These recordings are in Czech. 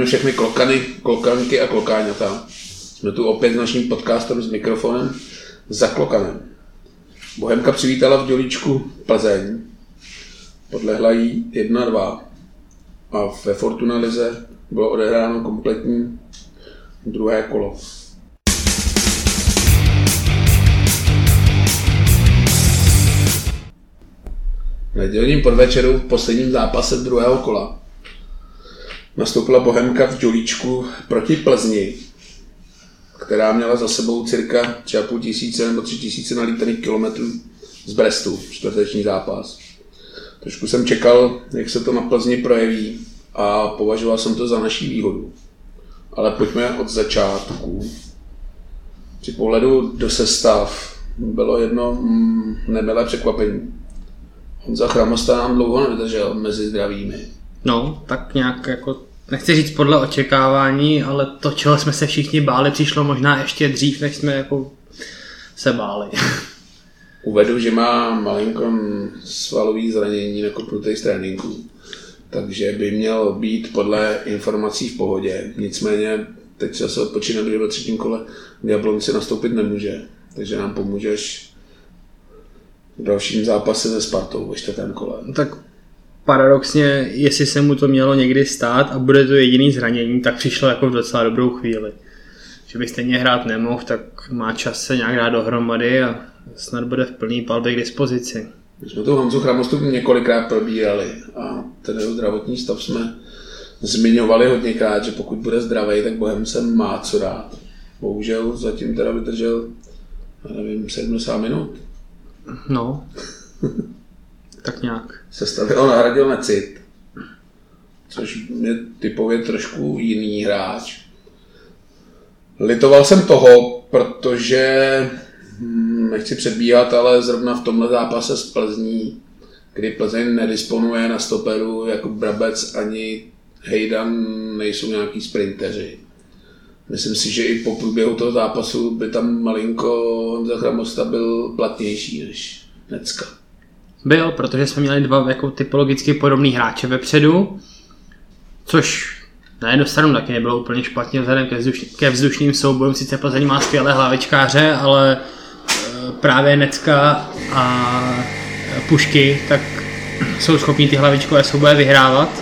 Zdravíme všechny klokanky a klokáňata. Jsme tu opět s naším podcastem s mikrofonem za klokanem. Bohemka přivítala v Dělíčku Plzeň. Podlehla jí 1-2 a ve Fortuna lize bylo odehráno kompletní druhé kolo. V nedělním podvečeru v posledním zápase druhého kola nastoupila Bohemka v Dělíčku proti Plzni, která měla za sebou cirka 3,5 tisíce nebo 3 tisíce nalítaných kilometrů z Brestu, čtvrteční zápas. Trošku jsem čekal, jak se to na Plzni projeví a považoval jsem to za naší výhodu. Ale pojďme od začátku. Při pohledu do sestav bylo jedno nemilé překvapení. Honza Chramosta nám dlouho nevydržel mezi zdravými. No, tak nějak jako, nechci říct podle očekávání, ale to, čeho jsme se všichni báli, přišlo možná ještě dřív, než jsme jako se báli. Uvedu, že má malinko svalový zranění nakopnutý z tréninku, takže by měl být podle informací v pohodě. Nicméně teď se odpočíná, protože ve třetím kole v Jablonci nastoupit nemůže, takže nám pomůžeš v dalším zápase se Spartou ve čtvrtém kole. Tak paradoxně, jestli se mu to mělo někdy stát a bude to jediný zranění, tak přišlo jako v docela dobrou chvíli. Že by stejně hrát nemohl, tak má čas se nějak dát dohromady a snad bude v plný palbě k dispozici. My jsme tu Honzu Chramostu několikrát probírali a ten jeho zdravotní stav jsme zmiňovali hodněkrát, že pokud bude zdravý, tak Bohemce má co dát. Bohužel zatím teda vydržel, nevím, 70 minut. No, tak nějak. Sestavil, nahradil Necit, což je typově trošku jiný hráč. Litoval jsem toho, protože nechci předbíhat, ale zrovna v tomhle zápase s Plzní, kdy Plzeň nedisponuje na stoperu, jako Brabec ani Hejdan nejsou nějaký sprinteři. Myslím si, že i po průběhu toho zápasu by tam malinko Honza Chramosta byl platnější než Necka. Byl, protože jsme měli dva jako typologicky podobný hráče vepředu, což na jednu stranu taky nebylo úplně špatně vzhledem ke vzdušným soubojům. Sice Plzeň má skvělé hlavičkáře, ale právě Necka a Pušky tak jsou schopní ty hlavičkové souboje vyhrávat.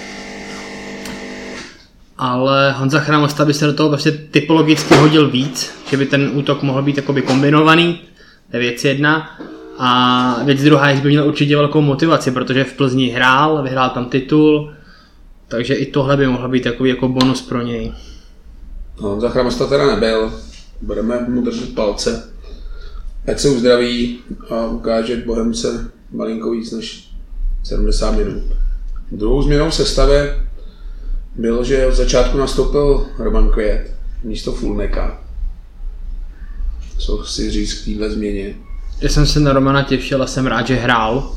Ale Honza Chramosta by se do toho prostě typologicky hodil víc, že by ten útok mohl být jakoby kombinovaný, to je věc jedna. A věc druhá, že by měl určitě velkou motivaci, protože v Plzni vyhrál tam titul, takže i tohle by mohlo být takový jako bonus pro něj. No, Honza Chramosta teda nebyl, budeme mu držet palce, ať se uzdraví a ukáže Bohemce malinko víc než 70 minut. Druhou změnou v sestavě bylo, že od začátku nastoupil Roman Květ místo Fulneka. Co si říct k téhle změně? Já jsem se na Romana těšil a jsem rád, že hrál.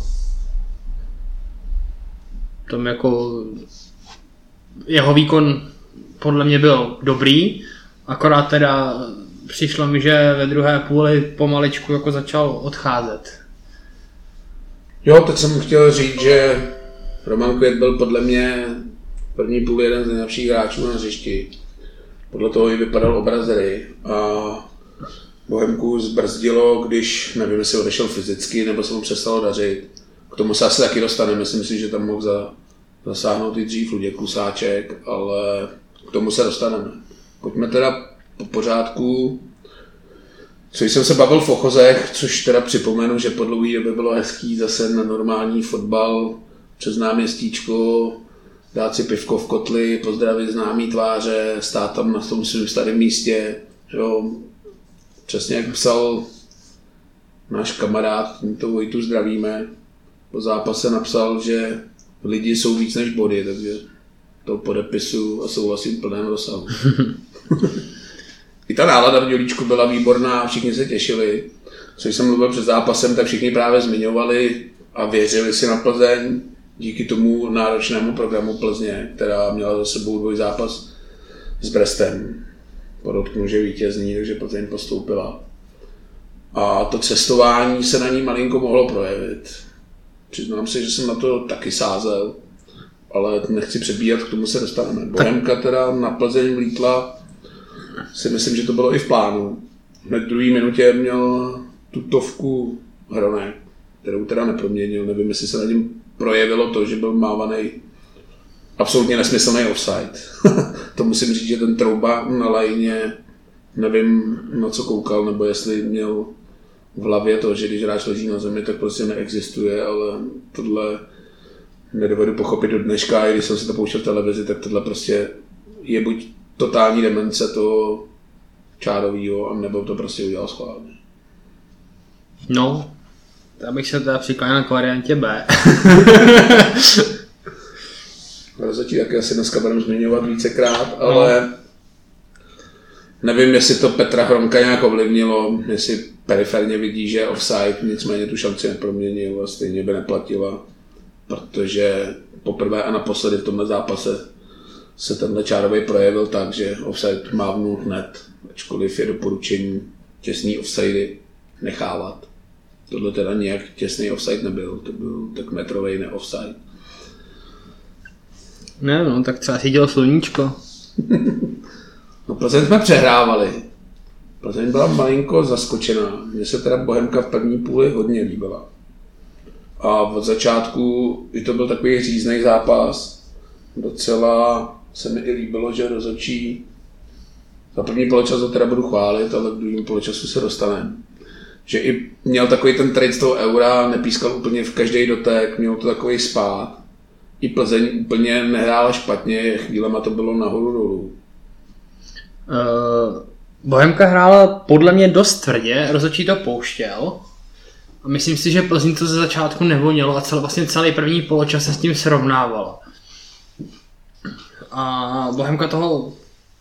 Tom jako jeho výkon podle mě byl dobrý, akorát teda přišlo mi, že ve druhé půli pomaličku jako začal odcházet. Jo, teď jsem chtěl říct, že Roman Květ byl podle mě první půl jeden z nejlepších hráčů na hřišti. Podle toho i vypadal obraz hry a Bohemku zbrzdilo, když, nevím, jestli odešel fyzicky, nebo se mu přestalo dařit. K tomu se asi taky dostane, myslím si, že tam mohl zasáhnout i dřív Luděk Kusáček, ale k tomu se dostaneme. Pojďme teda po pořádku. Co jsem se bavil v Ochozech, což teda připomenu, že po dlouhé době bylo hezký zase na normální fotbal přes náměstíčko, dát si pivko v kotli, pozdravit známý tváře, stát tam na tom svém starém místě. Jo. Přesně jak psal náš kamarád, to Vojtu zdravíme, po zápase napsal, že lidi jsou víc než body, takže to podepisu a souhlasím v plném rozsahu. I ta nálada v Dělíčku byla výborná, všichni se těšili. Co jsem mluvil před zápasem, tak všichni právě zmiňovali a věřili si na Plzeň díky tomu náročnému programu Plzně, která měla za sebou dvojzápas s Brestem. Podotknu, že vítězní, takže Plzeň postoupila. A to cestování se na ní malinko mohlo projevit. Přiznám se, že jsem na to taky sázel. ale nechci předbíhat, k tomu se dostaneme. Bohemka teda na Plzeň vlítla, si myslím, že to bylo i v plánu. Hned v druhé minutě měl tutovku Hronek, kterou teda neproměnil. Nevím, jestli se na něm projevilo to, že byl mávaný absolutně nesmyslný offside. To musím říct, že ten Trouba na lajně, nevím, na co koukal, nebo jestli měl v hlavě to, že když hráč leží na zemi, tak prostě neexistuje, ale tohle nedovedu pochopit do dneška, i když jsem si to pouštěl v televizi, tak tohle prostě je buď totální demence toho Čárovýho, nebo to prostě udělal schválně. No, já bych se teda přiklánil k variantě B. Rozhodčí taky asi dneska budeme zmiňovat vícekrát, ale nevím, jestli to Petra Hromka nějak ovlivnilo, jestli periferně vidí, že je offside, nicméně tu šanci neproměnil a stejně by neplatila, protože poprvé a naposledy v tomhle zápase se tenhle Čárovej projevil tak, že offside mávnul hned, ačkoliv je doporučení těsný offsidey nechávat. Tohle teda nějak těsný offside nebyl, to byl tak metrovej ne-offside. Ne, no, tak třeba si dělal sluníčko. No, Plzeň jsme přehrávali. Plzeň byla malinko zaskočená. Mně se teda Bohemka v první půli hodně líbila. A od začátku i to byl takový říznej zápas. Docela se mi i líbilo, že rozhodčí za první poločas to teda budu chválit, ale v druhém poločasu se dostaneme. Že i měl takový ten trade z toho Eura, nepískal úplně v každý dotek, měl to takový spát. I Plzeň úplně nehrála špatně, chvílema to bylo nahoru dolů. Bohemka hrála podle mě dost tvrdě, rozhodčí to pouštěl. A myslím si, že Plzeň to ze začátku nevonilo a vlastně celý první poločas se s tím srovnávalo. A Bohemka toho...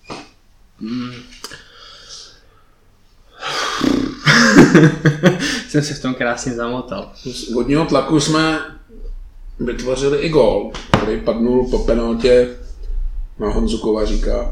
jsem se v tom krásně zamotal. Z hodního tlaku jsme vytvořili i gól, který padnul po penaltě na Honzu Kovaříka.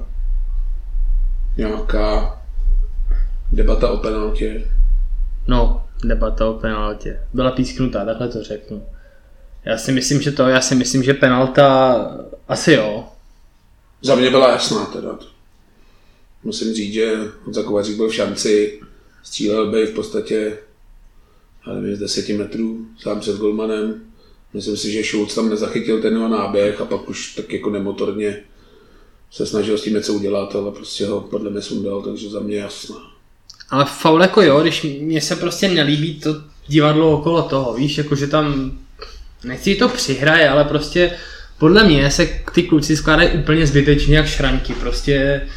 Nějaká debata o penaltě. No, debata o penaltě. Byla písknutá, takhle to řeknu. Já si myslím, že penalta asi jo. Za mě byla jasná teda. Musím říct, že Honza Kovařík byl v šanci, střílel by v podstatě z 10 metrů sám před golmanem. Myslím si, že Šulc tam nezachytil ten jeho náběh a pak už tak jako nemotorně se snažil s tím něco udělat, ale prostě ho podle mě sundal, takže za mě jasná. Ale faul jako jo, když mně se prostě nelíbí to divadlo okolo toho, víš, jakože tam, nechci to přihraje, ale prostě podle mě se ty kluci skládají úplně zbytečně jak šranky, prostě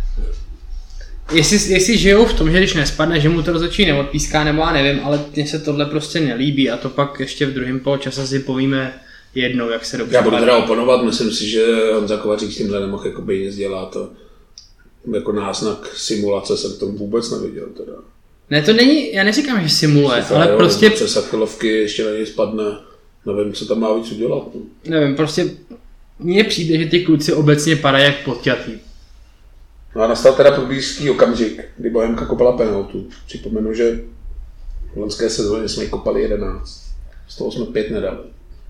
jestli žijou v tom, že když nespadne, že mu to rozhodčí neodpíská, nebo já nevím, ale mně se tohle prostě nelíbí a to pak ještě v druhém poločase si povíme jednou, jak se dobře. Já budu teda oponovat, myslím si, že Honza Kovařík s tímhle nemohl jakoby nic dělat a jako náznak simulace jsem v tom vůbec neviděl teda. Ne, to není, já neříkám, že simuluje, ale prostě... Přes akylovky ještě na něj spadne, nevím, co tam má víc udělat. No. Nevím, prostě mně přijde, že ty kluci obecně padají jak podťatý. No a nastal teda blízký okamžik, kdy Bohemka kopala penaltu. Připomenu, že v loňské sezóně jsme ji kopali 11, z toho jsme 5 nedali.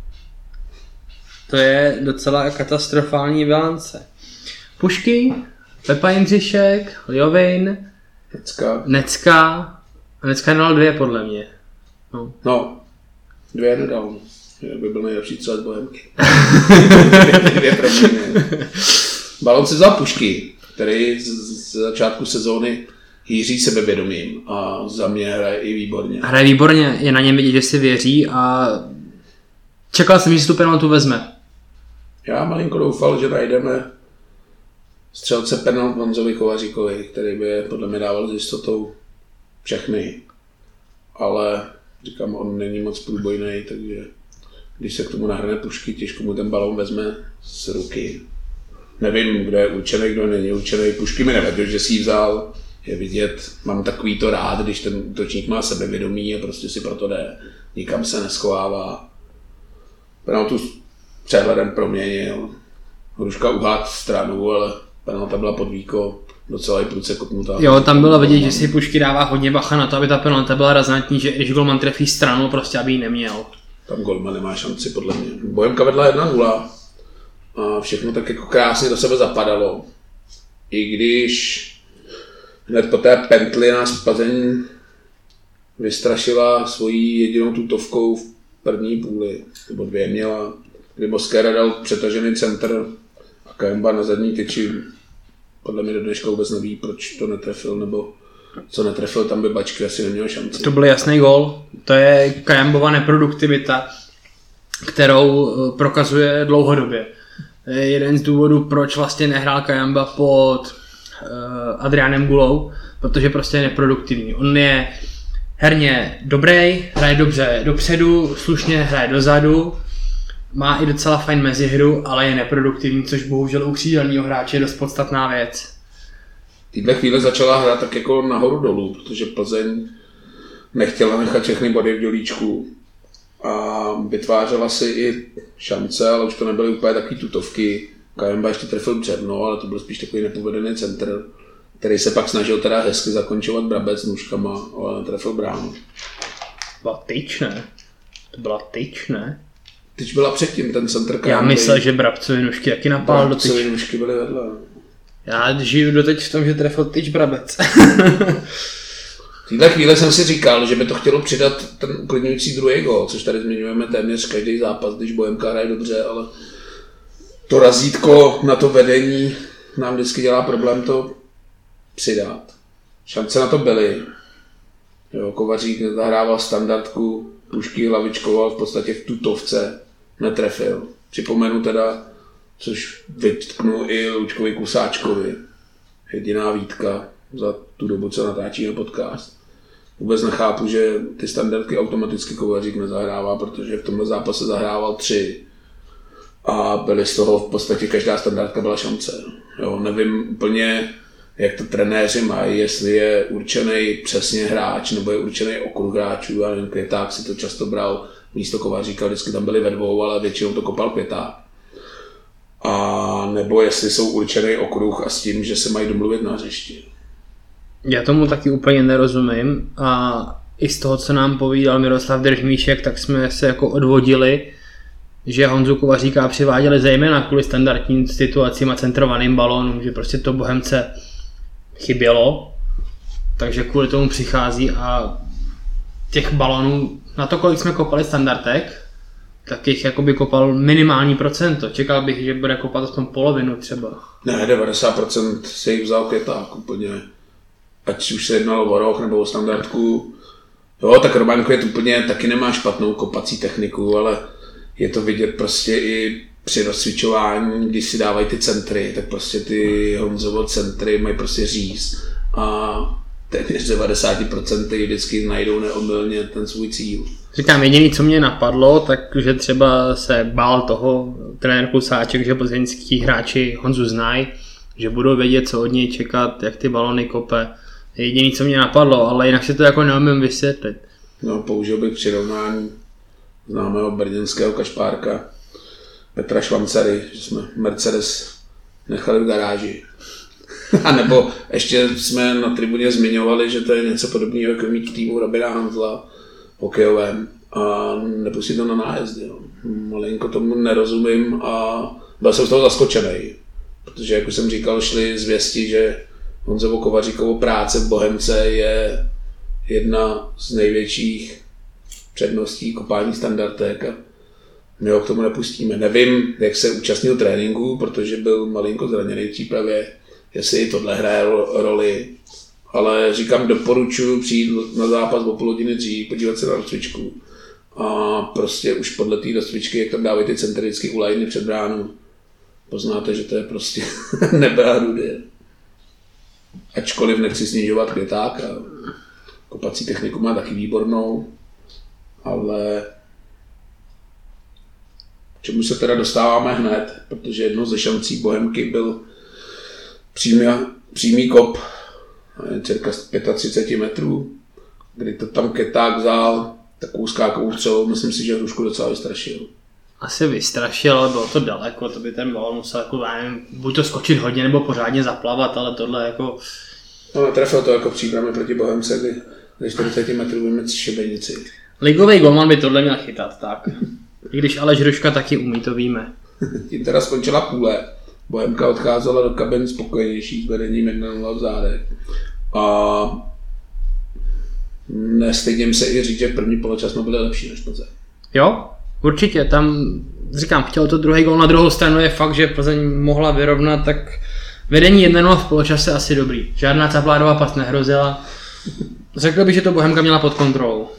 To je docela katastrofální bilance. Pušky, Pepa Jindřišek, Liovin, Necka. A Necka nedal 2 podle mě. No 2 nedal. By byl nejlepší třeba z Bohemky. 2 pro mě. Balon si vzal Pušky, který z začátku sezóny hýří sebevědomím a za mě hraje i výborně. Hraje výborně, je na něm vidět, že si věří a čekal jsem, že si tu penaltu vezme. Já malinko doufal, že najdeme střelce penalt Honzovi Kovaříkovi, který by podle mě dával s jistotou všechny. Ale říkám, on není moc průbojný, takže když se k tomu nahrne Pušky, těžko mu ten balón vezme z ruky. Nevím, kdo je určený, kdo není určený. Pušky mi nevadí, že si ji vzal. Je vidět, mám takový to rád, když ten útočník má sebevědomí a prostě si proto jde. Nikam se neschovává. Penaltu s přehledem proměnil. Hruška uhád stranu, ale penalta byla pod víko. Docela i prudce kopnutá. Jo, tam bylo vidět, že si Pušky dává hodně bacha na to, aby ta penalta byla razantní, že když golman trefí stranu, prostě aby ji neměl. Tam golman nemá šanci podle mě. Bohemka vedla 1-0. a všechno tak jako krásně do sebe zapadalo. I když hned po té pentli nás Plzeň vystrašila svojí jedinou tutovkou v první půli, nebo 2 měla, kdy Mosquera dal přetažený centr a Kajamba na zadní tyči. Podle mě do dneška vůbec neví, proč to netrefil, nebo co netrefil, tam by Bačky asi neměl šanci. To byl jasný gól, to je Kajambova neproduktivita, kterou prokazuje dlouhodobě. Je jeden z důvodů, proč vlastně nehrál Kajamba pod Adriánem Gulou, protože prostě je neproduktivní. On je herně dobrý, hraje dobře dopředu, slušně hraje dozadu, má i docela fajn mezihru, ale je neproduktivní, což bohužel u křídelního hráče je dost podstatná věc. V téhle chvíli začala hrát tak jako nahoru dolů, protože Plzeň nechtěla nechat všechny body v dělíčku a vytvářela si i šance, ale už to nebyly úplně takový tutovky. Kajamba ještě trefil břevno, ale to byl spíš takový nepovedený centr, který se pak snažil teda hezky zakončovat Brabec nůžkama, ale netrefil bránu. Byla tyč, ne? To byla tyč, ne? Tyč byla předtím, ten centr Kajamby. Já myslel, že Brabcovi nůžky taky napál do tyč. Brabcovi nůžky byly vedle. Já žiju doteď v tom, že trefil tyč Brabec. V téhle chvíli jsem si říkal, že by to chtělo přidat ten uklidňující druhý gól, což tady zmiňujeme téměř každý zápas, když Bohemka hraje dobře, ale to razítko na to vedení nám vždycky dělá problém to přidat. Šance na to byly. Jo, Kovařík zahrával standardku, Pušky hlavičkoval v podstatě v tutovce, netrefil. Připomenu teda, což vytknu i Lučkovi Kusáčkovi. Jediná výtka za tu dobu, co natáčíme podcast. Vůbec nechápu, že ty standardky automaticky Kovařík nezahrává, protože v tomhle zápase zahrával 3. A byly z toho v podstatě každá standardka byla šance. Jo, nevím úplně, jak to trenéři mají, jestli je určený přesně hráč, nebo je určený okruh hráčů. Já nevím, Květák si to často bral místo Kovaříka, vždycky tam byli ve 2, ale většinou to kopal Květák. A nebo jestli jsou určený okruh a s tím, že se mají domluvit na hřišti. Já tomu taky úplně nerozumím a i z toho, co nám povídal Miroslav Držmíšek, tak jsme se jako odvodili, že Honzu Kovaříka přiváděli zejména kvůli standardním situacím a centrovaným balónům, že prostě to Bohemce chybělo, takže kvůli tomu přichází a těch balónů, na to, kolik jsme kopali standardek, tak jich jakoby kopal minimální procento. Čekal bych, že bude kopat aspoň polovinu třeba. Ne, 90% se jich vzal Květák úplně. Ať už se jednalo o roh nebo o standardku. Jo, tak Roman Květ úplně taky nemá špatnou kopací techniku, ale je to vidět prostě i při rozcvičování, když si dávají ty centry, tak prostě ty Honzovo centry mají prostě říz a téměř 90% vždycky najdou neomylně ten svůj cíl. Říkám, jediný, co mě napadlo, takže třeba se bál toho trenér Kusáček, že plzeňský hráči Honzu znají, že budou vědět, co od něj čekat, jak ty balony kope. Jediný, co mě napadlo, ale jinak si to jako neumím vysvětlit. No, použil bych přirovnání známého brněnského kašpárka Petra Švancary, že jsme Mercedes nechali v garáži. A nebo ještě jsme na tribuně zmiňovali, že to je něco podobného, jako mít v týmu Robina Hanzla hokejovém a nepustit to na nájezdy. No. Malinko tomu nerozumím a byl jsem z toho zaskočený, protože, jak už jsem říkal, šly zvěsti, že Honzovo Kovaříkovo práce v Bohemce je jedna z největších předností kopání standardek a my ho k tomu nepustíme. Nevím, jak se účastnil tréninku, protože byl malinko zraněný v přípravě, jestli i tohle hraje roli, ale říkám, doporučuji přijít na zápas o půl hodiny dřív, podívat se na rozcvičku a prostě už podle té rozcvičky, jak tam dávají ty centry vždycky u lajny před bránu, poznáte, že to je prostě nebe a rudy. Ačkoliv nechci snižovat Květák a kopací techniku má taky výbornou, ale k čemu se teda dostáváme hned, protože jednou ze šancí Bohemky byl přímý kop cirka 35 metrů, kdy to tam Květák vzal takovou skákovou střelou, myslím si, že Hrušku docela vystrašil. Asi vystrašil, ale bylo to daleko, to by ten balon musel jako, buď to skočit hodně nebo pořádně zaplavat, ale tohle jako... No, trefil to jako příbramy proti Bohemce, kdy 40 metrů vymět šibenici. Ligový golman by tohle měl chytat, tak. I když Aleš Hruška taky umí, to víme. Tím teda skončila půle. Bohemka odcházela do kabin spokojenější s vedením 1-0 v zádech. A nestydím se i říct, že v první poločas jsme byli lepší než Plzeň. Jo, určitě, tam říkám, chtěl to druhý gól, na druhou stranu je fakt, že Plzeň mohla vyrovnat, tak vedení 1-0 v poločase asi dobrý. Žádná Capládová pas nehrozila. Řekl bych, že to Bohemka měla pod kontrolou.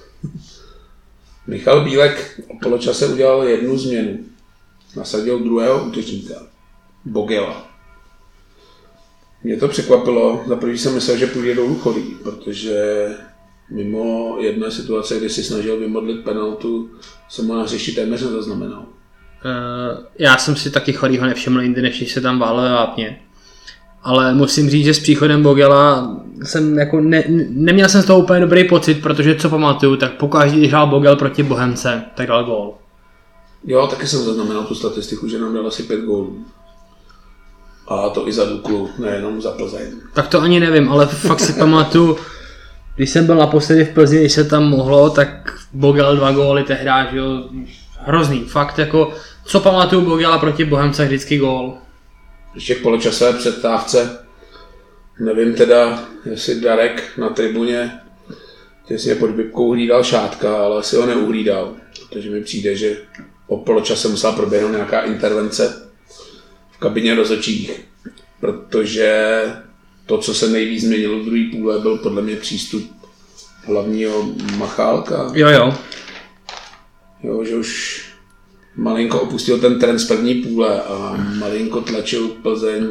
Michal Bílek v poločase udělal jednu změnu. Nasadil druhého útočníka. Bogela. Mě to překvapilo. Za první jsem myslel, že půjde do Luchový, protože mimo jedné situace, kdy si snažil vymodlit penaltu, jsem ho na hřišti téměř nezaznamenal. Já jsem si taky Chorýho nevšiml jindy, než se tam válel ve vápně. Ale musím říct, že s příchodem Bogela jsem jako neměl jsem z toho úplně dobrý pocit, protože co pamatuju, tak pokaždé, když hrál Bogel proti Bohemce, tak dal gól. Jo, taky jsem zaznamenal tu statistiku, že nám dal asi 5 gólů. A to i za Duklu, nejenom za Plzeň. Tak to ani nevím, ale fakt si pamatuju, když jsem byl naposledy v Plzni, když se tam mohlo, tak Bogel 2 góly tehdy, že jo, hrozný. Fakt jako, co pamatuju Bogela proti Bohemce, vždycky gól. Ještě v poločasové přestávce, nevím teda, jestli Darek na tribuně těsně pod Bibkou hlídal Šátka, ale asi ho neuhlídal, protože mi přijde, že po poločase musela proběhnout nějaká intervence v kabině rozhodčích, protože to, co se nejvíc změnilo v druhé půle, byl podle mě přístup hlavního Machálka. Jo, že už malinko opustil ten trend z první půle a malinko tlačil Plzeň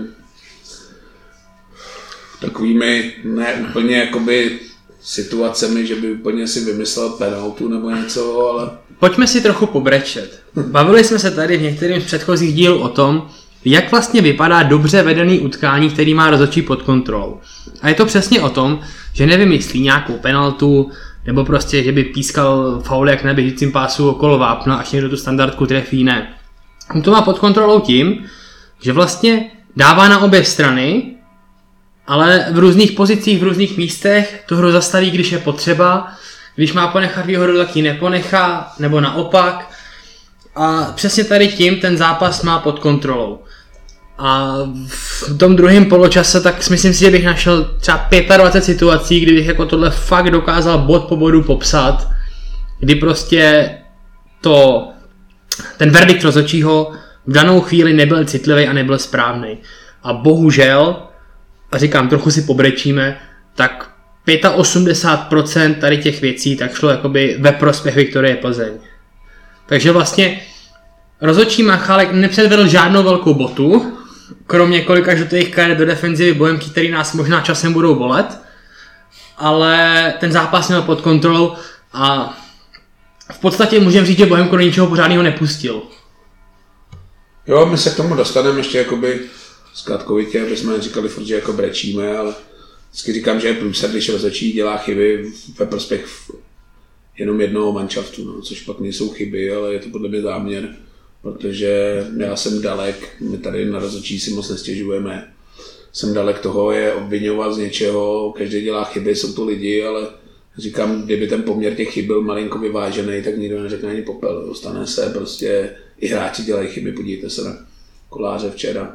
takovými ne úplně jakoby situacemi, že by úplně si vymyslel penaltu nebo něco, ale... Pojďme si trochu pobrečet. Bavili jsme se tady v některým z předchozích dílů o tom, jak vlastně vypadá dobře vedený utkání, který má rozhodčí pod kontrolou. A je to přesně o tom, že nevymyslí nějakou penaltu, nebo prostě, že by pískal faul jak na běžícím pásu okolo vápna, až někdo tu standardku trefí, ne. On to má pod kontrolou tím, že vlastně dává na obě strany, ale v různých pozicích, v různých místech tu hru zastaví, když je potřeba, když má ponechat výhodu, tak ji neponechá, nebo naopak. A přesně tady tím ten zápas má pod kontrolou. A v tom druhém poločase tak myslím si, že bych našel třeba 25 situací, kdy bych jako tohle fakt dokázal bod po bodu popsat, kdy prostě ten verdikt rozhodčího v danou chvíli nebyl citlivý a nebyl správný. A bohužel, a říkám, trochu si pobrečíme, tak 85% tady těch věcí tak šlo jakoby ve prospěch Viktorie Plzeň. Takže vlastně rozhodčí Machálek nepředvedl žádnou velkou botu, kromě kolika žlutých karet do defenzivy Bohemky, který nás možná časem budou bolet, ale ten zápas měl pod kontrolou a v podstatě můžeme říct, že Bohemku do ničeho pořádného nepustil. Jo, my se k tomu dostaneme ještě jakoby zkratkovitě, aby jsme říkali furt, že jako brečíme, ale vždycky říkám, že je průser, když rozhodčí dělá chyby ve prospěch jenom jednoho manšaftu, no, což pak nejsou chyby, ale je to podle mě záměr, protože já jsem dalek, my tady na rozhodčí si moc nestěžujeme, jsem dalek toho je obviňovat z něčeho, každý dělá chyby, jsou to lidi, ale říkám, kdyby ten poměr těch chyb byl malinko vyvážený, tak nikdo neřekne ani popel, stane se, prostě i hráči dělají chyby, podívejte se na Koláře včera.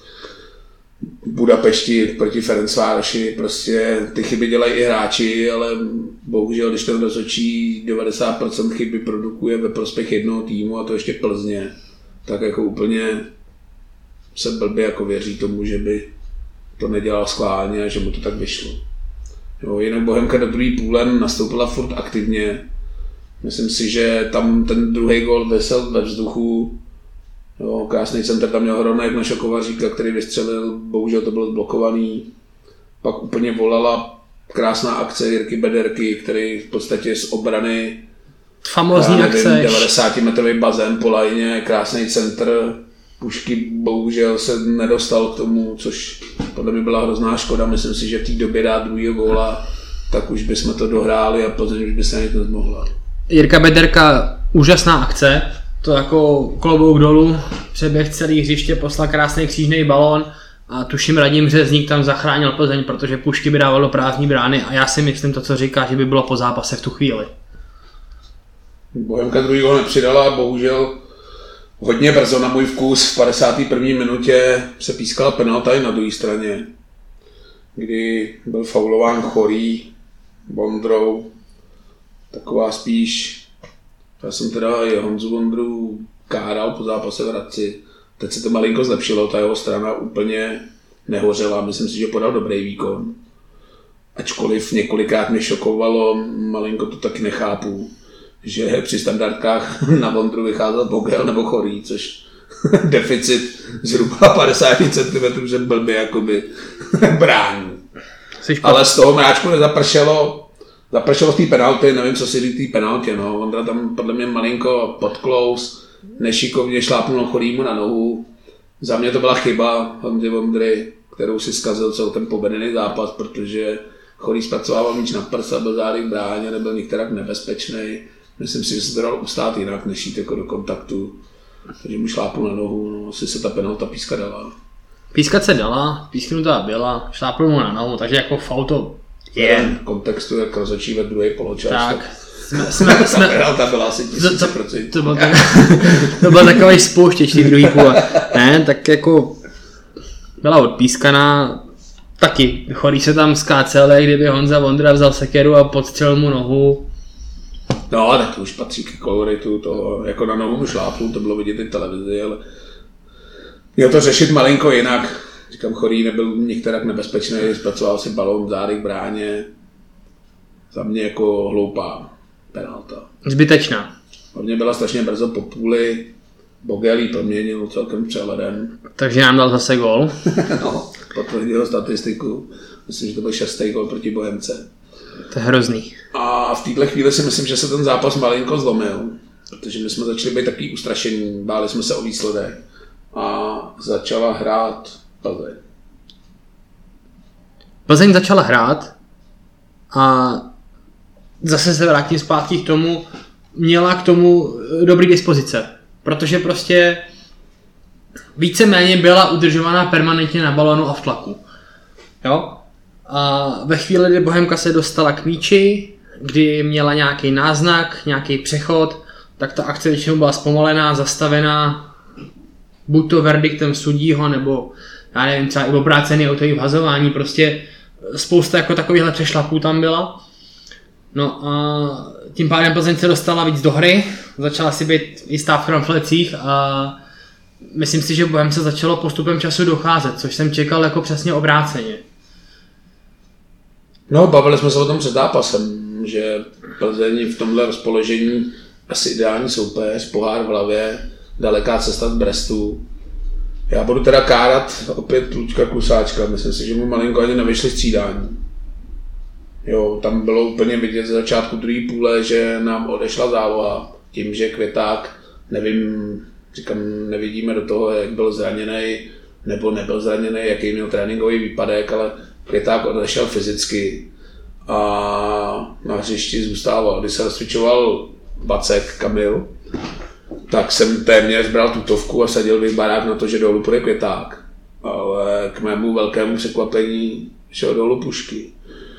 Budapešti proti Ferencvároši, prostě ty chyby dělají i hráči, ale bohužel, když ten rozhodčí 90% chyby produkuje ve prospěch jednoho týmu a to ještě Plzně, tak jako úplně se blbě jako věří tomu, že by to nedělal schválně a že mu to tak vyšlo. Jo, jinak Bohemka do druhé půle nastoupila furt aktivně. Myslím si, že tam ten druhý gól vesel ve vzduchu. Jo, krásný center tam měl Hronek na Kovaříka, který vystřelil, bohužel to bylo zblokovaný. Pak úplně volala krásná akce Jirky Bederky, který v podstatě z obrany famózní akce, 90-metrový bazén po lajně, krásný center. Pušky bohužel se nedostal k tomu, což podle mě byla hrozná škoda. Myslím si, že v té době dát druhýho góla, tak už bychom to dohráli a Plzeň už by se nic nezmohla. Jirka Bederka, úžasná akce. To jako klobouk dolů, přeběh celý hřiště, poslal krásný křížný balón a tuším Radim Řezník tam zachránil Plzeň, protože Pušky by dával do prázdní brány a já si myslím to, co říká, že by bylo po zápase v tu chvíli. Bohemka druhý gól nepřidala, bohužel Hodně brzo na můj vkus v 51. minutě se pískala penalta i na druhé straně, kdy byl faulován Chorý Vondrou. Taková spíš, já jsem teda i Honzu Vondru káral po zápase v Hradci. Teď se to malinko zlepšilo, ta jeho strana úplně nehořela, myslím si, že podal dobrý výkon. Ačkoliv několikrát mě šokovalo, malinko to taky nechápu, že při standardkách na Vondru vycházel Bogel nebo Chorý, což deficit zhruba 50 cm, že blbě jakoby brání. Ale z toho mráčku nezapršelo. Zapršelo z té penalty, nevím, co si říct té penaltě, no. Vondra tam podle mě malinko podklous, nešikovně šlápnul Chorýmu na nohu. Za mě to byla chyba Vondry, kterou si zkazil celý ten povedený zápas, protože Chorý zpracovával míč na prsa, byl zády v bráně, nebyl některak nebezpečný. Myslím si, že se to dalo ustát jinak, než jít jako do kontaktu. Takže mu šlápnul na nohu, no, asi se ta penalta pískat dala. Pískat se dala, písknutá byla, šlápnul mu na nohu, takže jako faul to je. V kontextu, jak rozhodčí ve druhé poločas. Tak. Ta penalta byla asi 1000%. To byl takový spouštěč těch druhý půl. Ne, tak jako byla odpískaná, taky Chorý se tam skácel, kdyby Honza Vondra vzal sekeru a podstřelil mu nohu. No, tak to už patří k koloritu toho, jako na nohu mu šlápnul, to bylo vidět i v televizi, ale měl to řešit malinko jinak. Říkám, Chorý nebyl některak nebezpečný, zpracoval si balón v zádech bráně. Za mě jako hloupá penalta. Zbytečná. Hlavně byla strašně brzo po půli, Bogel jí proměnil celkem přehledem. Takže nám dal zase gól. No, potvrdil statistiku. Myslím, že to byl 6. gól proti Bohemce. To je hrozný. A v této chvíli si myslím, že se ten zápas malinko zlomil, protože my jsme začali být takový ustrašení, báli jsme se o výsledek a začala hrát Plzeň. Plzeň začala hrát a zase se vrátím zpátky k tomu, měla k tomu dobrý dispozice, protože prostě víceméně byla udržována permanentně na balonu a v tlaku. Jo? A ve chvíli, kdy Bohemka se dostala k míči, kdy měla nějaký náznak, nějaký přechod, tak ta akce většinou byla zpomalená, zastavená, buď to verdiktem sudího, nebo já nevím, třeba i obrácený autový vhazování, prostě spousta jako takovýchhle přešlapů tam byla. No a tím pádem Plzeň se dostala víc do hry, začala si být jistá v kramflecích a myslím si, že Bohem se začalo postupem času docházet, což jsem čekal jako přesně obráceně. No, bavili jsme se o tom před zápasem, že Plzeň v tomhle rozpoložení asi ideální soupeř, pohár v hlavě, daleká cesta z Brestu. Já budu teda kárat opět Luďka Klusáčka, myslím si, že mu malinko ani nevyšli střídání. Jo, tam bylo úplně vidět ze začátku druhé půle, že nám odešla záloha tím, že Květák, nevím, říkám, nevidíme do toho, jak byl zraněný nebo nebyl zraněný, jaký měl tréninkový výpadek, ale Květák odešel fyzicky a na hřišti zůstával. Když se rozcvičoval Vacek Kamil, tak jsem téměř bral tutovku a sadil bych barák na to, že dolů půjde Květák. Ale k mému velkému překvapení šel dolů Pušky.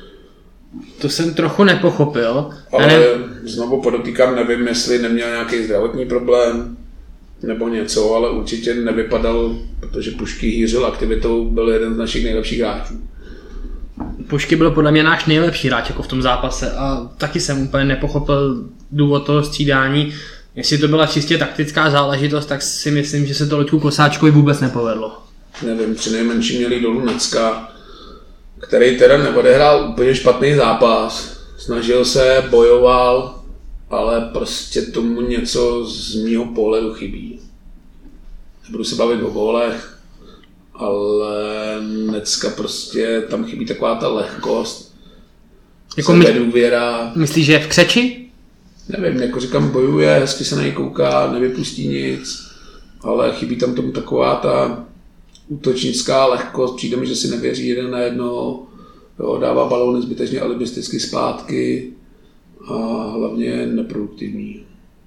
To jsem trochu nepochopil. Ale znovu podotýkám, nevím, jestli neměl nějaký zdravotní problém nebo něco, ale určitě nevypadal, protože Pušky hýřil aktivitou, byl jeden z našich nejlepších hráčů. Pušky byl podle mě náš nejlepší hráč jako v tom zápase a taky jsem úplně nepochopil důvod toho střídání. Jestli to byla čistě taktická záležitost, tak si myslím, že se to Luďku Kosáčkovi vůbec nepovedlo. Nevím, přinejmenším měli dolů Necka, který teda neodehrál úplně špatný zápas. Snažil se, bojoval, ale prostě tomu něco z mýho pohledu chybí. Nebudu se bavit o gólech, ale Necka prostě, tam chybí taková ta lehkost, jako sebedůvěra. Myslíš, že je v křeči? Nevím, jako říkám, bojuje, hezky se na něj kouká, nevypustí nic, ale chybí tam tomu taková ta útočnická lehkost, přijde mi, že si nevěří jeden na jednoho, jo, dává balóny zbytečně alibisticky zpátky a hlavně neproduktivní.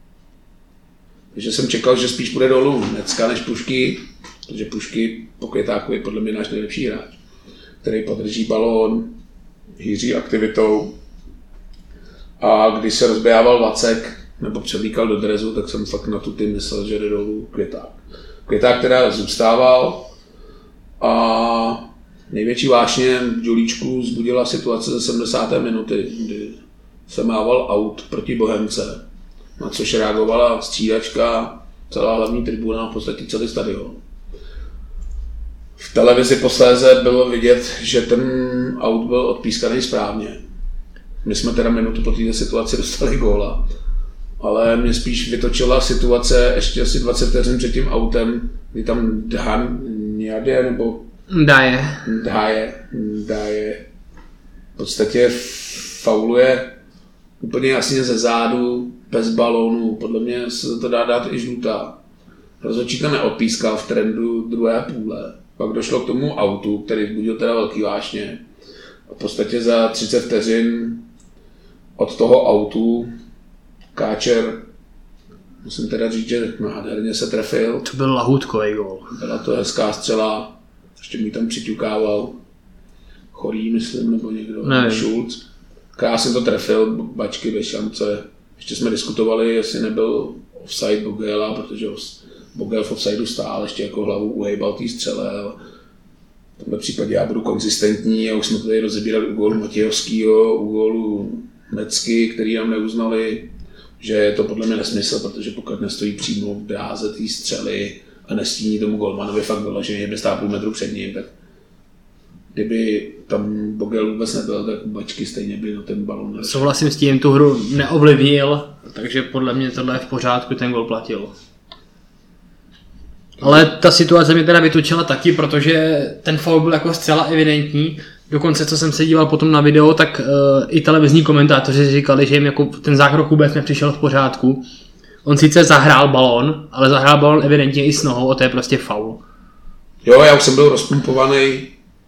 Takže jsem čekal, že spíš bude dolů Necka než Pušky, protože Pušky po Květákovi je podle mě náš nejlepší hráč, který podrží balón, hýří aktivitou. A když se rozběhával Vacek nebo převlíkal do drezu, tak jsem fakt na tu tým myslel, že jde dolů Květák. Květák teda zůstával a největší vášně v Dělíčku vzbudila situace ze 70. minuty, kdy se mával aut proti Bohemce, na což reagovala střídačka, celá hlavní tribuna, v podstatě celý stadion. V televizi posléze bylo vidět, že ten aut byl odpískaný správně. My jsme teda minutu po této situaci dostali góla, ale mě spíš vytočila situace ještě asi 20 vteřin před tím autem, kdy tam Dáje nebo Dáje v podstatě fauluje úplně jasně ze zádu, bez balónu, podle mě se to dá dát i žlutá. Rozhodčí to neodpískal v trendu druhé půle. Pak došlo k tomu autu, který vzbudil teda velký vášně. A v podstatě za 30 vteřin od toho autu Káčer, musím teda říct, že nádherně se trefil. To byl lahůdkový gól. Byla to hezká střela, ještě mi tam přiťukával Chorý, myslím, nebo někdo, Schulz. Krásně to trefil, bačky bez šance. Ještě jsme diskutovali, jestli nebyl offside Bogela, protože Bogel v offsideu stál, ještě jako hlavu uhejbal té střele. V tomhle případě já budu konzistentní a už jsme tady rozebírali u gólu Matějovského, u gólu Mecky, který nám neuznali, že je to podle mě nesmysl, protože pokud nestojí přímo v dráze té střely a nestíní tomu golmanovi fakt vyloženě, by stál půl metru před ním, tak kdyby tam Bogel vůbec nebyl, tak bačky stejně by na ten balon neřešil. Souhlasím s tím, tu hru neovlivnil, takže podle mě tohle je v pořádku, ten gol platil. Ale ta situace mě teda vytočila taky, protože ten foul byl jako zcela evidentní. Dokonce, co jsem se díval potom na video, tak i televizní komentátoři říkali, že jim jako ten zákrok vůbec nepřišel v pořádku. On sice zahrál balón, ale zahrál balón evidentně i s nohou a to je prostě foul. Jo, já už jsem byl rozpumpovaný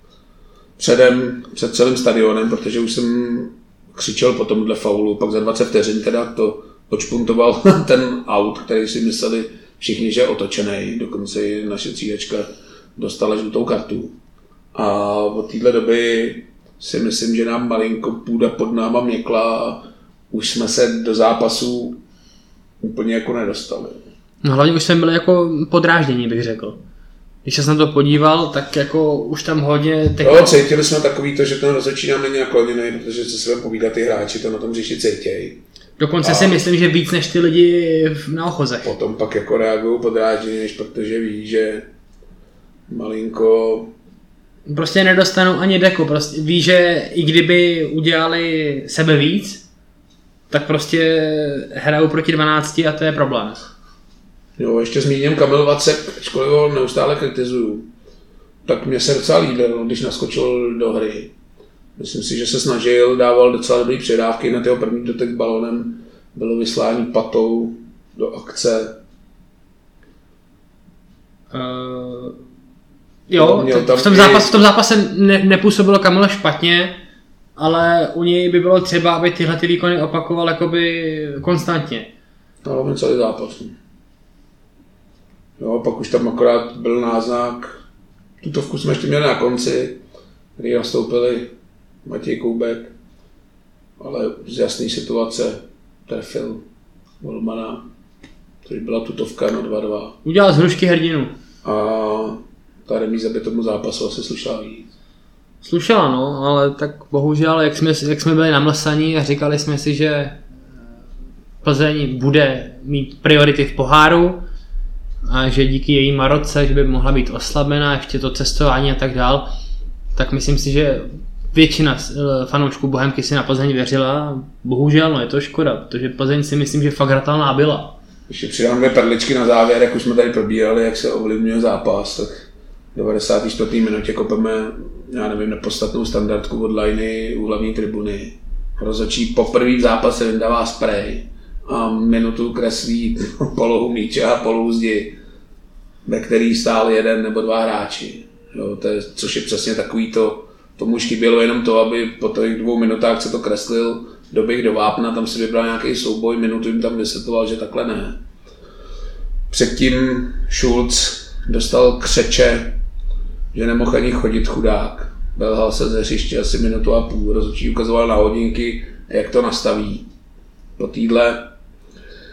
před celým stadionem, protože už jsem křičel po tomhle faulu, pak za 20 vteřin teda to odšpuntoval ten aut, který si mysleli všichni, že je otočený, dokonce i naše třídečka dostala žlutou kartu. A od téhle doby si myslím, že nám malinko půda pod náma měkla a už jsme se do zápasu úplně jako nedostali. No hlavně už jsme byli jako podráždění, bych řekl. Když jsem se na to podíval, tak jako už tam hodně... Jo, cítili jsme takový to, že ten rozhodčí nám není nakloněný, protože se své povídat ty hráči to na tom říši cítějí. Dokonce si myslím, že víc než ty lidi na ochozech. Potom pak jako reagují podráždění, než protože ví, že malinko... Prostě nedostanou ani deko, prostě ví, že i kdyby udělali sebe víc, tak prostě hrajou proti 12 a to je problém. Jo, ještě zmíním Kamil Vacek, ačkoliv ho neustále kritizuju, tak mě se docela líbil, když naskočil do hry. Myslím si, že se snažil, dával docela dobrý předávky, na jeho první dotek s balonem bylo vyslání patou do akce. Jo, v tom zápase nepůsobilo Kamila špatně, ale u něj by bylo třeba, aby tyhle ty výkony opakoval jakoby konstantně. No, celý zápas. Jo, pak už tam akorát byl náznak, tutovku jsme ještě měli na konci, kdy nastoupili Matěj Koubek, ale z jasné situace trefil golmana, což byla tutovka na 2-2. Udělal z hrušky hrdinu. A ta remíza by tomu zápasu asi slušela víc. Slušela, no, ale tak bohužel, jak jsme byli namlsaní a říkali jsme si, že Plzeň bude mít priority v poháru a že díky její marotce, že by mohla být oslabená, ještě to cestování a tak dál, tak myslím si, že většina fanoušků Bohemky si na Plzeň věřila. Bohužel, no je to škoda, protože Plzeň si myslím, že fakt hratelná byla. Ještě přidám 2 perličky na závěr, jak už jsme tady probírali, jak se ovlivňuje zápas, tak v 94. minutě kopeme, já nevím, nepodstatnou standardku od liney u hlavní tribuny. Rozhodčí poprvé v zápase vydává spray a minutu kreslí polohu míče a polohu zdi, ve který stáli 1 nebo 2 hráči. Jo, což je přesně takový to, tomu už chybělo jenom to, aby po těch 2 minutách, co to kreslil, doběh do vápna, tam si vybral nějaký souboj, minutu jim tam vysvětloval, že takhle ne. Předtím Schulz dostal křeče, že nemohl ani chodit chudák. Belhal se ze hřiště asi 1,5 minuty, rozhodčí ukazoval na hodinky, jak to nastaví. Po téhle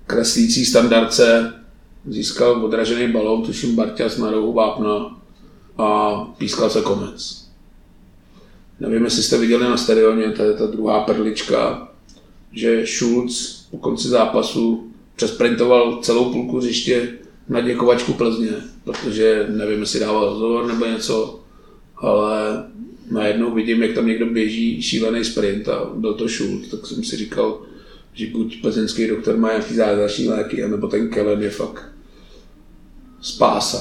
kreslící standardce získal odražený balón, tuším Barťas na rohu vápna a pískal se konec. Nevím, jestli jste viděli na stadioně, to je ta druhá perlička, že Schulz po konci zápasu přesprintoval celou půlku hřiště na děkovačku Plzně, protože nevím, jestli dával rozhovor nebo něco, ale najednou vidím, jak tam někdo běží šílený sprint a byl to Schulz, tak jsem si říkal, že buď plzeňský doktor má nějaký zázračný léky, anebo ten Kellen je fakt spása.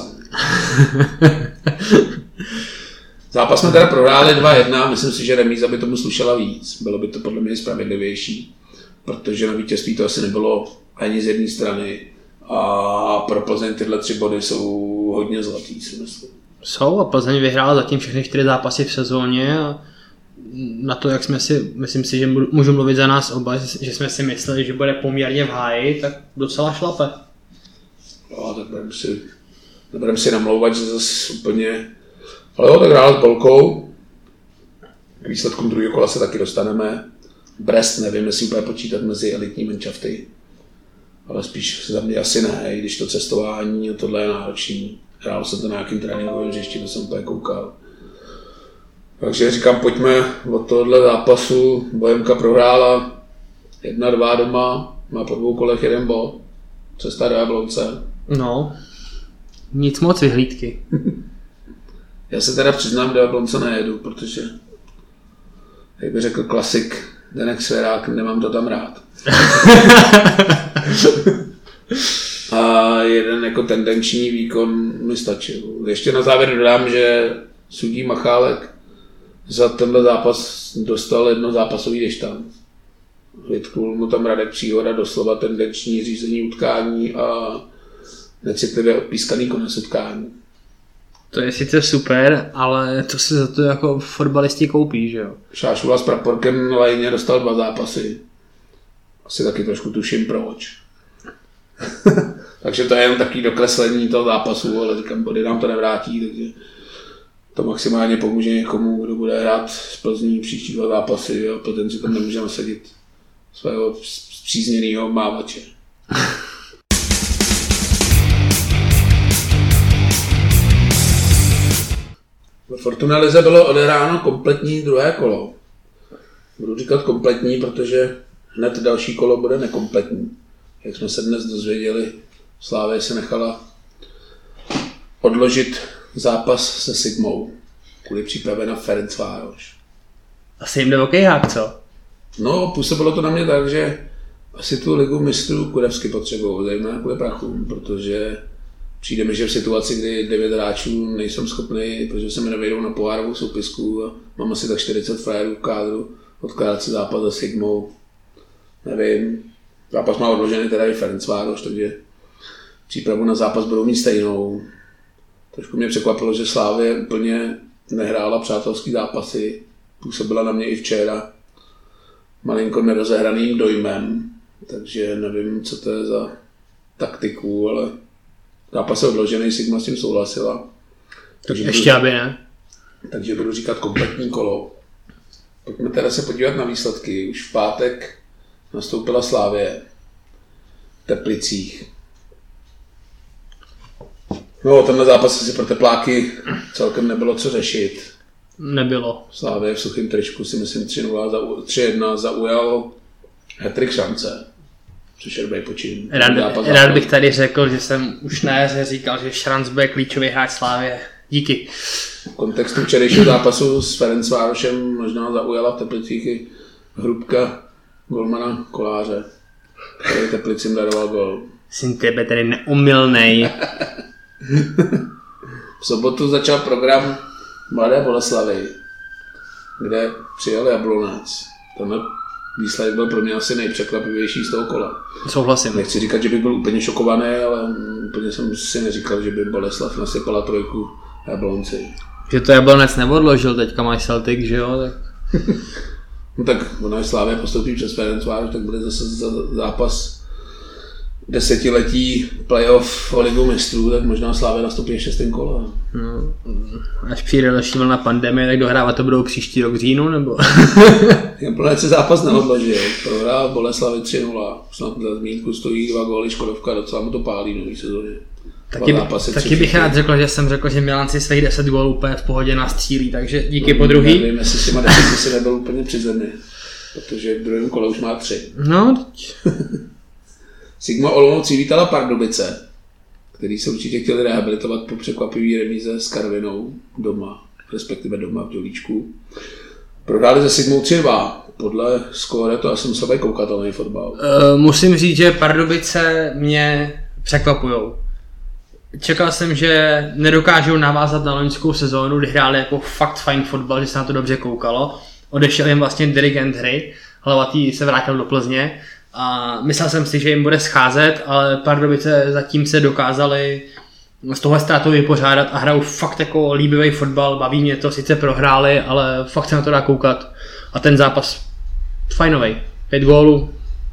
Zápas jsme teda prohráli 2-1, myslím si, že remíza by tomu slušela víc. Bylo by to podle mě spravedlivější, protože na vítězství to asi nebylo ani z jedné strany a pro Plzeň tyhle 3 body jsou hodně zlatý, si myslím. Jsou a Plzeň vyhrála zatím všechny 4 zápasy v sezóně a na to, jak jsme si, myslím si, že můžu mluvit za nás oba, že jsme si mysleli, že bude poměrně v háji, tak docela šlape. No, tak nebudeme si namlouvat, že zase úplně... Ale jo, tak hrál s Bolkou. K výsledkům druhého kola se taky dostaneme. Brest nevím, jestli úplně počítat mezi elitní manšafty. Ale spíš za mě asi ne, i když to cestování a tohle je náročný. Hrál jsem to na nějakým tréninkovém hřišti, to jsem úplně koukal. Takže říkám, pojďme od tohohle zápasu. Bohemka prohrála 1-2 doma, má po 2 kolech 1 bod. Cesta do Jablonce. No, nic moc vyhlídky. Já se teda přiznám, do Jablonce nejedu, protože, jak by řekl klasik Denek Svěrák, nemám to tam rád. A jeden jako tendenční výkon mi stačil. Ještě na závěr dodám, že sudí Machálek za tenhle zápas dostal 1 zápasový deštanc. Vytknul mu tam Radek Příhoda doslova tendenční řízení utkání a necitlivě odpískaný konec utkání. To je sice super, ale to se za to jako fotbalisti koupí, že jo? Šášula s Praporkem na lajně dostal 2 zápasy. Asi taky trošku tuším proč. Takže to je jen takový dokreslení toho zápasu, ale říkám, body nám to nevrátí, takže to maximálně pomůže někomu, kdo bude hrát z Plzní příští 2 zápasy a Plzeň si tam nemůže nasadit svého zpřízněného mávače. Ve Fortuna lize bylo odehráno kompletní 2. kolo. Budu říkat kompletní, protože hned další kolo bude nekompletní. Jak jsme se dnes dozvěděli, Slavia se nechala odložit zápas se Sigmou kvůli přípravě na Ferencvároš. Asi jim jde o kejhák, co? No, působilo to na mě tak, že asi tu ligu mistrů kurevsky potřebují, zejména kvůli prachům, protože přijde mi, že v situaci, kdy 9 hráčů nejsem schopný, protože se mi nevejdou na pohárovou soupisku a mám asi tak 40 frajerů v kádru, odkládat si zápas za Sigmou. Nevím, zápas má odložený teda i Ferencvároš, takže přípravu na zápas budou mít stejnou. Trošku mě překvapilo, že Slavia úplně nehrála přátelský zápasy, působila na mě i včera malinko nerozehraným dojmem, takže nevím, co to je za taktiku, ale zápas je odložený, Sigma s tím souhlasila. Takže ještě aby ne. Takže budu říkat kompletní kolo. Pojďme teda se podívat na výsledky. Už v pátek nastoupila Slavia v Teplicích. No, tenhle zápas si pro tepláky celkem nebylo co řešit. Nebylo. Slavia v suchým tričku si myslím 3-1 zaujal hat-trick Šance. Což je dobrý počin. Rád bych tady řekl, že jsem už na jaře říkal, že Šranc bude klíčový hráč Slavie. Díky. V kontextu včerejšího zápasu s Ferencvárošem možná zaujala v Teplicích i hrubka golmana Koláře, který Teplicím daroval gol. Syn tebe tedy neomylnej. V sobotu začal program Mladé Boleslavy, kde přijel Jablonec. Tenhle výsledek byl pro mě asi nejpřekvapivější z toho kola. Souhlasím. Nechci říkat, že bych byl úplně šokovaný, ale úplně jsem si neříkal, že by Boleslav nasypala 3 Jablonci. Že to Jablonec neodložil, teďka máš Celtic, že jo? Tak... No tak ona je Slavia postoupí přes Ferencvároš, tak bude zase zápas desetiletí playoff o ligu mistrů, tak možná Slavia nastupí 6. kola. No, až přijde další vlna pandemie, tak dohrávat to budou příští rok v říjnu, nebo? Jablonec se zápas neodložil, prohrál Boleslavi 3-0, snad za zmínku stojí 2 góly, Škodovka, docela mu to pálí v nový sezóně. Taky bych rád řekl, že jsem řekl, že Milan si svých 10 gólů úplně v pohodě nastřílí, takže díky po druhý. Nevím, jestli s těma 10 si nebyl úplně při zemi, protože v druhém kole už má 3. No, Sigma Olomouc vítala Pardubice, který se určitě chtěli rehabilitovat po překvapivý remíze s Karvinou doma, respektive doma v Dělíčku. Prohráli se Sigmou 3-2. Podle skóre to asi musel být koukatelný fotbal. Musím říct, že Pardubice mě překvapujou. Čekal jsem, že nedokážou navázat na loňskou sezónu, kdy hráli jako fakt fajn fotbal, že se na to dobře koukalo. Odešel jim vlastně dirigent hry, Hlavatý se vrátil do Plzně a myslel jsem si, že jim bude scházet, ale Pardubice zatím se dokázali z tohle ztrátou vypořádat a hrajou fakt jako líbivý fotbal, baví mě to, sice prohráli, ale fakt se na to dá koukat. A ten zápas fajnovej, 5 gólů.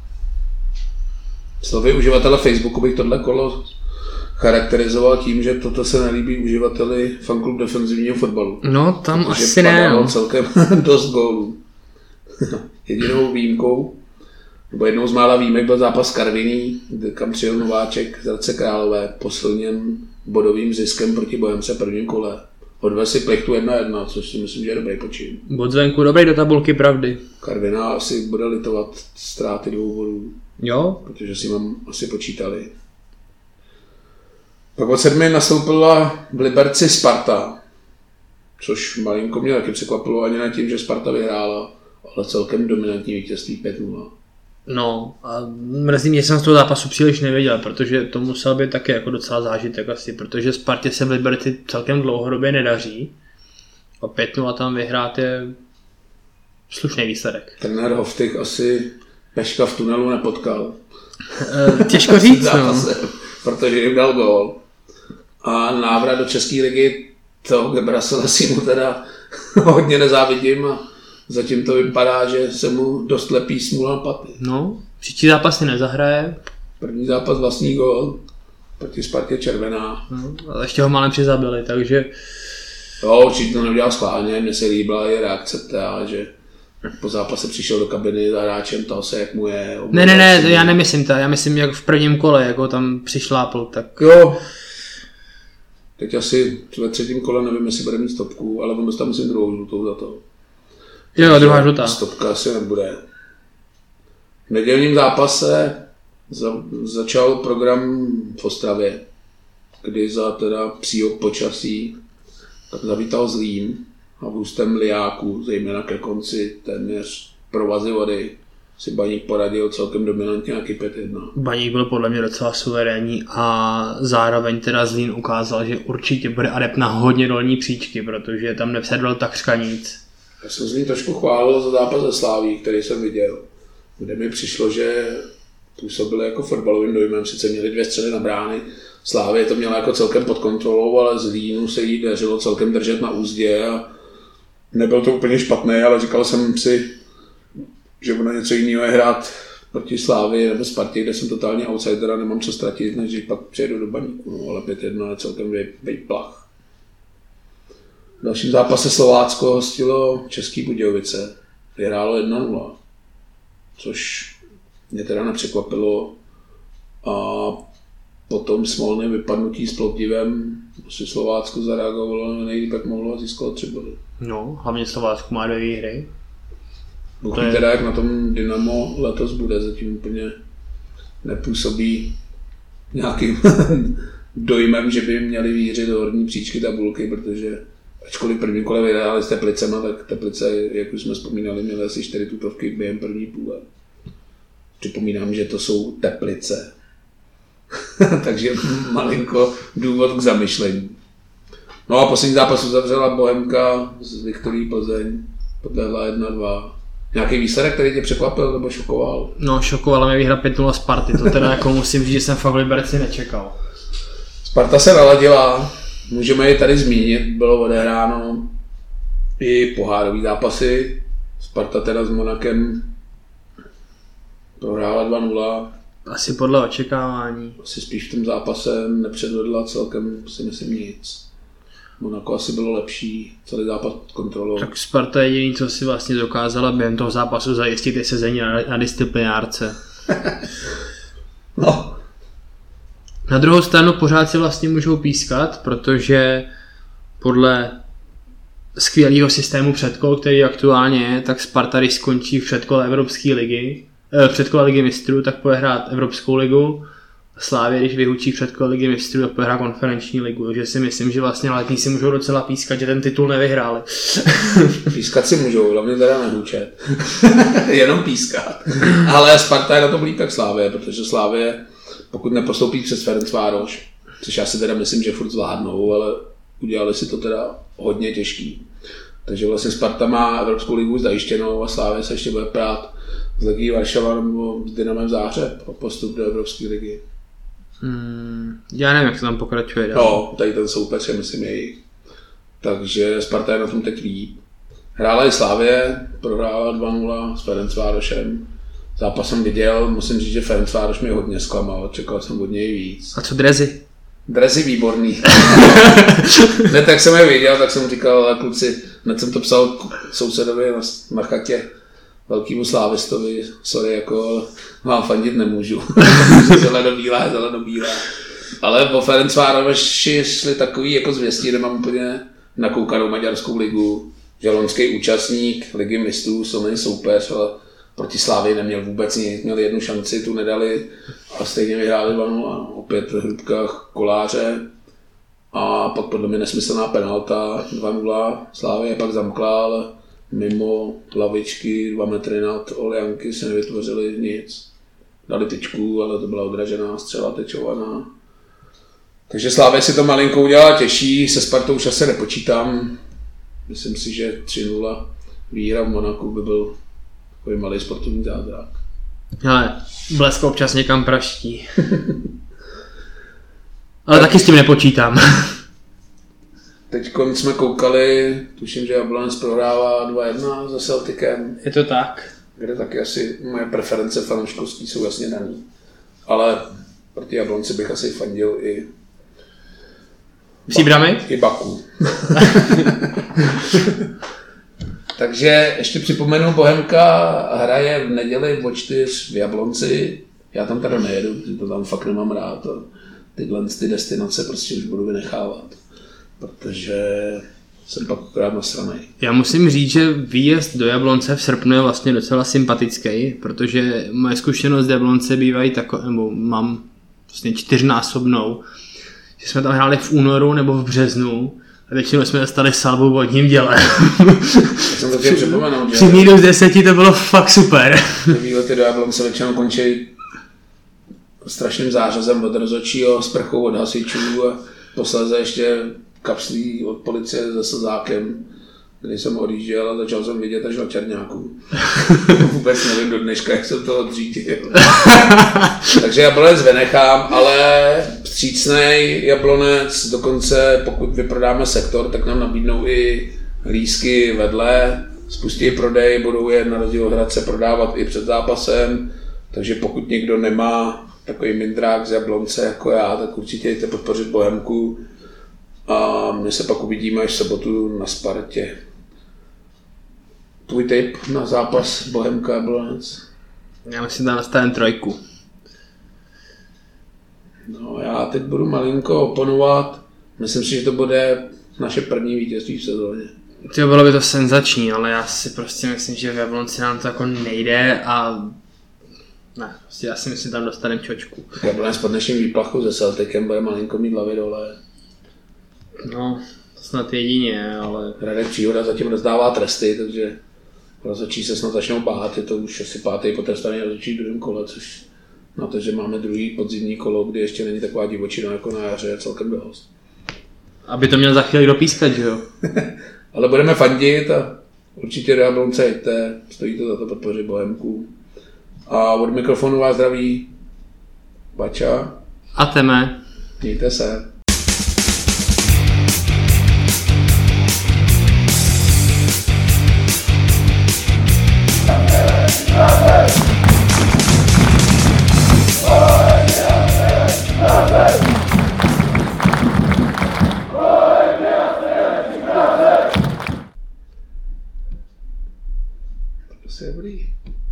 Slovy uživatele Facebooku bych tohle kolo charakterizoval tím, že toto se nelíbí uživateli fanklub defenzivního fotbalu. No, tam asi ne. No. Celkem dost gólů. Jedinou výjimkou, nebo jednou z mála výjimek byl zápas Karviní, kam přijel nováček z Hradce Králové, posilněn bodovým ziskem proti Bohemce v prvním kole. Odvez si plechtu 1-1, což si myslím, že je dobrý počin. Bod zvenku, dobrý do tabulky, pravdy. Karviná asi bude litovat ztráty 2 bodů. Jo? Protože si mám asi počítali. Pak od 7 nastoupila v Liberci Sparta, což malinko mě taky překvapilo, ani na tím, že Sparta vyhrála, ale celkem dominantní vítězství 5-0. No a mrzí mě, že jsem z toho zápasu příliš nevěděl, protože to musel být taky jako docela zážitek asi, protože Spartě se v Liberci celkem dlouhodobě nedaří a 5-0 tam vyhrát je slušný výsledek. Trenér Hoftych asi Peška v tunelu nepotkal. Těžko říct, zápase, no. Protože jim dal gól. A návrat do České ligy toho Gebrasela si mu teda hodně nezávidím a zatím to vypadá, že se mu dost lepí smůla paty. No, příští zápas si nezahraje. První zápas vlastní gól, proti Spartě červená. No, ale ještě ho málem přizabili, takže... Jo, určitě to neudělal schválně, mně se líbila i reakce Tea, že po zápase přišel do kabiny za hráčem, ptal se, jak mu je. Ne, já nemyslím to, já myslím, jak v prvním kole, jako tam přišlápl, tak... Jo. Teď asi ve 3. kole nevím, jestli bude mít stopku, ale on tam musím druhou žlutou za to. Jo, druhá žlutá. Stopka asi nebude. V nedělním zápase začal program v Ostravě, kdy za teda příhod počasí tak zavítal Zlín a v hustém liáku, zejména ke konci téměř provazy vody, si Baník poradil celkem dominantně nějaký 5-1. Baník byl podle mě docela suverénní a zároveň teda Zlín ukázal, že určitě bude adept na hodně dolní příčky, protože tam nepředvedl takřka nic. Já jsem Zlín trošku chválil za zápas ze Sláví, který jsem viděl, kde mi přišlo, že působili jako fotbalovým dojmem, sice měli 2 střely na brány, Slávě to měla jako celkem pod kontrolou, ale Zlínu se jí dařilo celkem držet na úzdě a nebyl to úplně špatný, ale říkal jsem si, že ono něco jiného je hrát proti Slávii nebo Spartě, kde jsem totálně outsider a nemám co ztratit, než pak přijedu do Baníku, no, ale 5-1 je celkem vejplach. V dalším zápase Slovácko hostilo Český Budějovice, vyhrálo 1-0, což mě teda nepřekvapilo a potom smolném vypadnutí s Plovdivem si Slovácko zareagovalo nejlíp, jak mohlo a získalo 3 body. No, hlavně Slovácko má 2 výhry. Bůh teda, jak na tom Dynamo letos bude, zatím úplně nepůsobí nějakým dojmem, že by měli výhřit do horní příčky tabulky, protože ačkoliv první kole vyhráli s Teplicema, tak Teplice, jak už jsme vzpomínali, měly asi 4 tutovky během první půle. Připomínám, že to jsou Teplice. Takže malinko důvod k zamyšlení. No a poslední zápas uzavřela Bohemka z Viktorií Plzeň, podlehla 1-2. Nějaký výsledek, který tě překvapil nebo šokoval? No, šokovala mě výhra 5-0 Sparty, to teda jako musím říct, že jsem fakt v Liberci nečekal. Sparta se naladila, můžeme ji tady zmínit, bylo odehráno i pohárový zápasy. Sparta teda s Monakem prohrála 2-0, Asi podle očekávání. Asi spíš v tom zápase nepředvedla celkem, si myslím, nic. Monaco asi bylo lepší, celý zápas pod kontrolou. Tak Sparta jediný, co si vlastně dokázala během toho zápasu zajistit, je sezení na disciplinárce. No. Na druhou stranu pořád si vlastně můžou pískat, protože podle skvělého systému předkol, který aktuálně je, tak Sparta, když skončí v předkole Evropské ligy, předkole ligy mistrů, tak bude hrát Evropskou ligu. Slávě, když vyhučí v předkole ligy mistrů, tak bude hrát konferenční ligu. Takže si myslím, že vlastně letní si můžou docela pískat, že ten titul nevyhráli. Pískat si můžou, hlavně teda nehučet. Jenom pískat. Ale Sparta je na tom líp jak Slávě, protože Slávě, pokud nepostoupí přes Ferencvároš, což já si teda myslím, že furt zvládnou, ale udělali si to teda hodně těžký. Takže vlastně Sparta má Evropskou ligu zajištěnou a Slávě se ještě bude prát z Legií Varšava nebo s Dynamem Záhřeb o postup do Evropské ligy. Já nevím, jak to tam pokračuje. No, tady ten soupeř je myslím jejich. Takže Sparta je na tom teď líp. Hrála i Slávě, prohrála 2-0 s Ferencvárošem. Zápas jsem viděl, musím říct, že Ferencvároš mě hodně zklamal, čekal jsem od něj víc. A co Drezy? Drezy výborný. Ne, tak jsem je viděl, tak jsem říkal, ale kluci, hned jsem to psal sousedovi na chatě, velkýmu slávistovi, sorry, jako vám fandit nemůžu. Zeleno-bílé. Ale po Ferencvároši šli takový jako zvěstí, nemám úplně nakoukanou maďarskou ligu, že loňský účastník ligy mistrů, silný soupeř, ale proti Slávii neměl vůbec nic, měli jednu šanci, tu nedali a stejně vyhráli 2-0, opět v hrubkách Koláře a pak podle mě nesmyslná penalta 2-0, Slávie pak zamkla, ale mimo lavičky 2 metry nad Oljanky se nevytvořili nic. Dali tyčku, ale to byla odražená střela tečovaná. Takže Slávě si to malinko udělala těžší, se Spartou už asi nepočítám. Myslím si, že 3-0 výhra v Monaku by byl takový malý sportovní zázrak. Ale Blesk občas někam praští. Ale taky s tím nepočítám. Teď jsme koukali, tuším, že Jablonec prohrává 2-1 za Celticem. Je to tak. Kde taky asi moje preference fanouškovský jsou jasně daný. Ale proti Jablonci bych asi fandil i Příbramy? I Baku. Takže ještě připomenu, Bohemka hraje v neděli o 4 v Jablonci. Já tam teda nejedu, protože to tam fakt nemám rád. Tyhle ty destinace prostě už budu vynechávat. Protože jsem pak akorát nasranej. Já musím říct, že výjezd do Jablonce v srpnu je vlastně docela sympatický, protože moje zkušenost z Jablonce bývají takové, nebo mám vlastně 4násobnou, že jsme tam hráli v únoru nebo v březnu a většinou jsme dostali salvu v vodním děle. Jsem to chtěl připomenout, že? Při -10 to bylo fakt super. Výlety do Jablonce většinou končí strašným zářezem od rozhodčího, sprchou od hasičů a posléze ještě kapslí od policie se slzákem, když jsem odjížděl a začal jsem vidět až na čerňáku. Vůbec nevím do dneška, jak jsem to odřídil. Takže Jablonec vynechám, ale vstřícnej Jablonec, dokonce pokud vyprodáme sektor, tak nám nabídnou i lístky vedle, spustí prodej, budou je na rozdíl od Hradce prodávat i před zápasem, takže pokud někdo nemá takový mindrák z Jablonce jako já, tak určitě jděte podpořit Bohemku. A my se pak uvidíme až v sobotu na Spartě. Tvůj tip na zápas Bohemka Jablonec? Já myslím, že nastavím 3. No, já teď budu malinko oponovat. Myslím si, že to bude naše první vítězství v sezóně. Bylo by to senzační, ale já si prostě myslím, že v Jablonci nám to jako nejde a ne, prostě já si myslím, že tam dostaneme čočku. Jablonec po dnešním výplachu se Celticem bude malinko mít hlavy dole. No, to snad jedině, ale... Radek Příhoda zatím rozdává tresty, takže rozhodčí se snad začnou bát, je to už asi 5. potrestaný rozhodčí v druhém kole, což na to, že máme druhý podzimní kolo, kdy ještě není taková divočina jako na jaře, je celkem dost. Aby to měl za chvíli dopískat, že jo? Ale budeme fandit a určitě do Jablonce jděte, stojí to za to podpořit Bohemku. A od mikrofonu vás zdraví Bača a Teme. Mějte se. Oh! Prostě je dobrý.